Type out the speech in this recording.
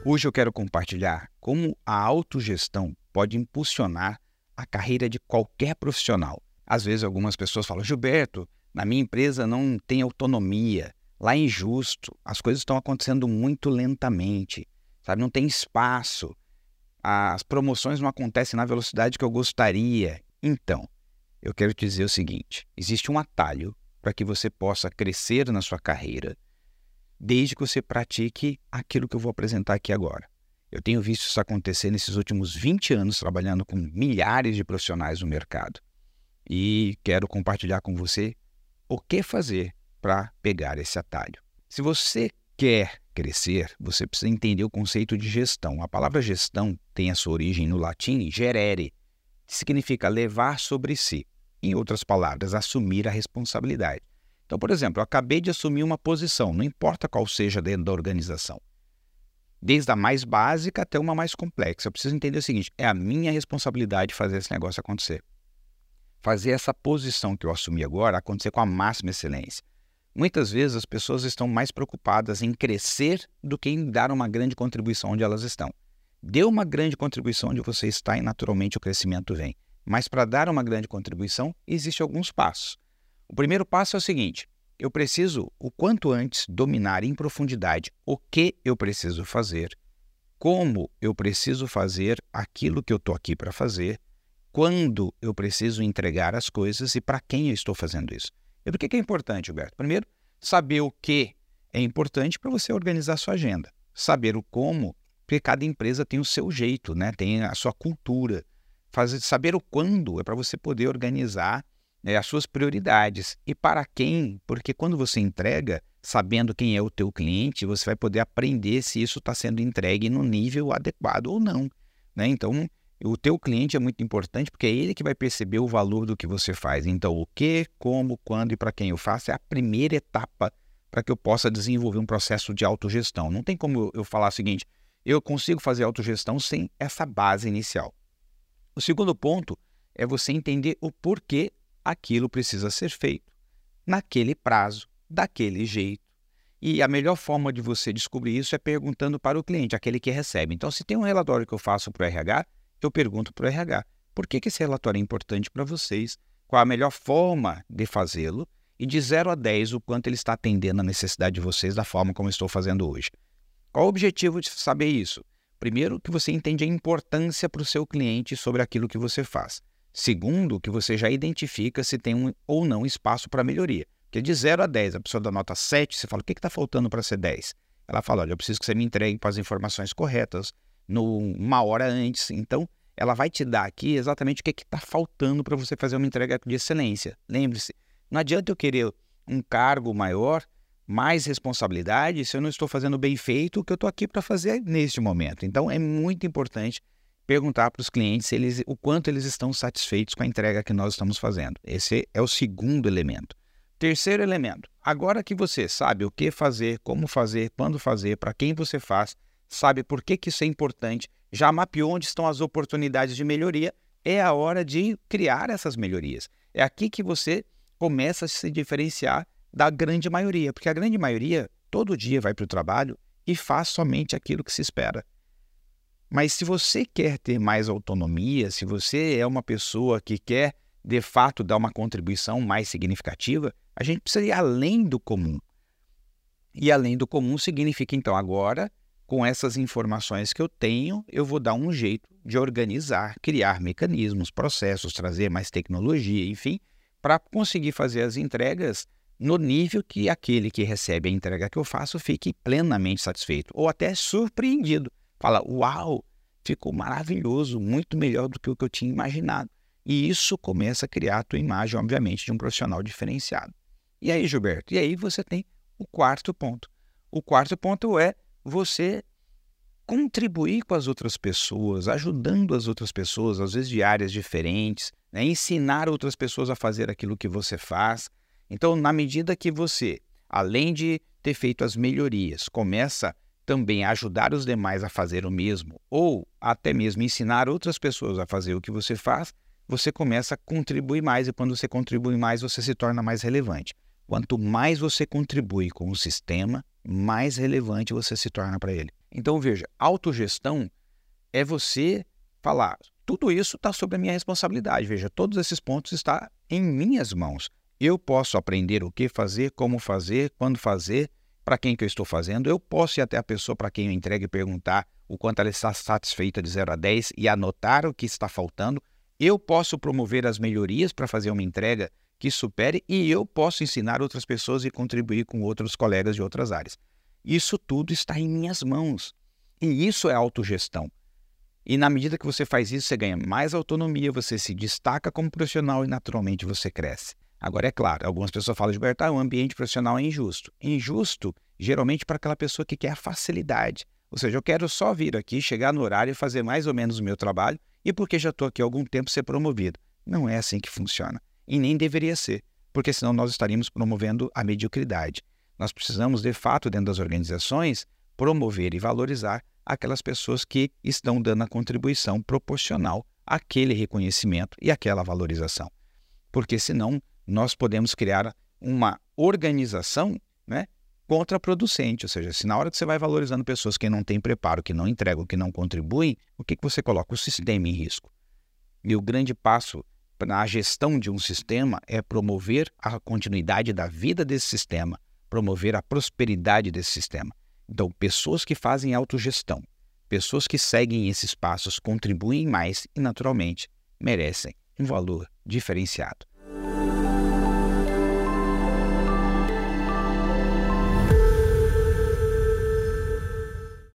Hoje eu quero compartilhar como a autogestão pode impulsionar a carreira de qualquer profissional. Às vezes algumas pessoas falam: Gilberto, na minha empresa não tem autonomia, lá é injusto, as coisas estão acontecendo muito lentamente, sabe? Não tem espaço, as promoções não acontecem na velocidade que eu gostaria. Então, eu quero te dizer o seguinte: existe um atalho para que você possa crescer na sua carreira, desde que você pratique aquilo que eu vou apresentar aqui agora. Eu tenho visto isso acontecer nesses últimos 20 anos, trabalhando com milhares de profissionais no mercado. E quero compartilhar com você o que fazer para pegar esse atalho. Se você quer crescer, você precisa entender o conceito de gestão. A palavra gestão tem a sua origem no latim gerere, que significa levar sobre si. Em outras palavras, assumir a responsabilidade. Então, por exemplo, eu acabei de assumir uma posição, não importa qual seja dentro da organização. Desde a mais básica até uma mais complexa. Eu preciso entender o seguinte: é a minha responsabilidade fazer esse negócio acontecer. Fazer essa posição que eu assumi agora acontecer com a máxima excelência. Muitas vezes as pessoas estão mais preocupadas em crescer do que em dar uma grande contribuição onde elas estão. Dê uma grande contribuição onde você está e naturalmente o crescimento vem. Mas para dar uma grande contribuição, existem alguns passos. O primeiro passo é o seguinte: eu preciso, o quanto antes, dominar em profundidade o que eu preciso fazer, como eu preciso fazer aquilo que eu estou aqui para fazer, quando eu preciso entregar as coisas e para quem eu estou fazendo isso. E por que é importante, Gilberto? Primeiro, saber o que é importante para você organizar a sua agenda. Saber o como, porque cada empresa tem o seu jeito, né? Tem a sua cultura. Saber o quando é para você poder organizar as suas prioridades. E para quem? Porque quando você entrega, sabendo quem é o teu cliente, você vai poder aprender se isso está sendo entregue no nível adequado ou não, né? Então, o teu cliente é muito importante porque é ele que vai perceber o valor do que você faz. Então, o que, como, quando e para quem eu faço é a primeira etapa para que eu possa desenvolver um processo de autogestão. Não tem como eu falar o seguinte: eu consigo fazer autogestão sem essa base inicial. O segundo ponto é você entender o porquê aquilo precisa ser feito, naquele prazo, daquele jeito. E a melhor forma de você descobrir isso é perguntando para o cliente, aquele que recebe. Então, se tem um relatório que eu faço para o RH, eu pergunto para o RH, por que esse relatório é importante para vocês? Qual a melhor forma de fazê-lo? E de 0 a 10, o quanto ele está atendendo a necessidade de vocês da forma como eu estou fazendo hoje. Qual o objetivo de saber isso? Primeiro, que você entende a importância para o seu cliente sobre aquilo que você faz. Segundo, que você já identifica se tem ou não espaço para melhoria. Porque de 0 a 10, a pessoa dá nota 7, você fala: o que está faltando para ser 10? Ela fala: olha, eu preciso que você me entregue com as informações corretas, uma hora antes. Então, ela vai te dar aqui exatamente o que está faltando para você fazer uma entrega de excelência. Lembre-se, não adianta eu querer um cargo maior, mais responsabilidade, se eu não estou fazendo bem feito o que eu estou aqui para fazer neste momento. Então, é muito importante perguntar para os clientes o quanto eles estão satisfeitos com a entrega que nós estamos fazendo. Esse é o segundo elemento. Terceiro elemento: agora que você sabe o que fazer, como fazer, quando fazer, para quem você faz, sabe por que isso é importante, já mapeou onde estão as oportunidades de melhoria, é a hora de criar essas melhorias. É aqui que você começa a se diferenciar da grande maioria, porque a grande maioria todo dia vai para o trabalho e faz somente aquilo que se espera. Mas se você quer ter mais autonomia, se você é uma pessoa que quer, de fato, dar uma contribuição mais significativa, a gente precisa ir além do comum. E além do comum significa, então, agora, com essas informações que eu tenho, eu vou dar um jeito de organizar, criar mecanismos, processos, trazer mais tecnologia, enfim, para conseguir fazer as entregas no nível que aquele que recebe a entrega que eu faço fique plenamente satisfeito ou até surpreendido. Fala: uau, ficou maravilhoso, muito melhor do que o que eu tinha imaginado. E isso começa a criar a tua imagem, obviamente, de um profissional diferenciado. E aí, Gilberto? E aí você tem o quarto ponto. O quarto ponto é você contribuir com as outras pessoas, ajudando as outras pessoas, às vezes de áreas diferentes, né? Ensinar outras pessoas a fazer aquilo que você faz. Então, na medida que você, além de ter feito as melhorias, começa também a ajudar os demais a fazer o mesmo, ou até mesmo ensinar outras pessoas a fazer o que você faz, você começa a contribuir mais, e quando você contribui mais, você se torna mais relevante. Quanto mais você contribui com o sistema, mais relevante você se torna para ele. Então, veja, autogestão é você falar, tudo isso está sob a minha responsabilidade. Veja, todos esses pontos estão em minhas mãos. Eu posso aprender o que fazer, como fazer, quando fazer, para quem que eu estou fazendo. Eu posso ir até a pessoa para quem eu entrego e perguntar o quanto ela está satisfeita de 0 a 10 e anotar o que está faltando. Eu posso promover as melhorias para fazer uma entrega que supere e eu posso ensinar outras pessoas e contribuir com outros colegas de outras áreas. Isso tudo está em minhas mãos. E isso é autogestão. E na medida que você faz isso, você ganha mais autonomia, você se destaca como profissional e naturalmente você cresce. Agora, é claro, algumas pessoas falam, Gilberto, o ambiente profissional é injusto. Injusto, geralmente, para aquela pessoa que quer a facilidade. Ou seja, eu quero só vir aqui, chegar no horário e fazer mais ou menos o meu trabalho e porque já estou aqui há algum tempo ser promovido. Não é assim que funciona. E nem deveria ser, porque senão nós estaríamos promovendo a mediocridade. Nós precisamos, de fato, dentro das organizações, promover e valorizar aquelas pessoas que estão dando a contribuição proporcional àquele reconhecimento e àquela valorização. Porque senão nós podemos criar uma organização, né, contraproducente. Ou seja, se na hora que você vai valorizando pessoas que não têm preparo, que não entregam, que não contribuem, o que você coloca? O sistema em risco. E o grande passo na gestão de um sistema é promover a continuidade da vida desse sistema, promover a prosperidade desse sistema. Então, pessoas que fazem autogestão, pessoas que seguem esses passos, contribuem mais e, naturalmente, merecem um valor diferenciado.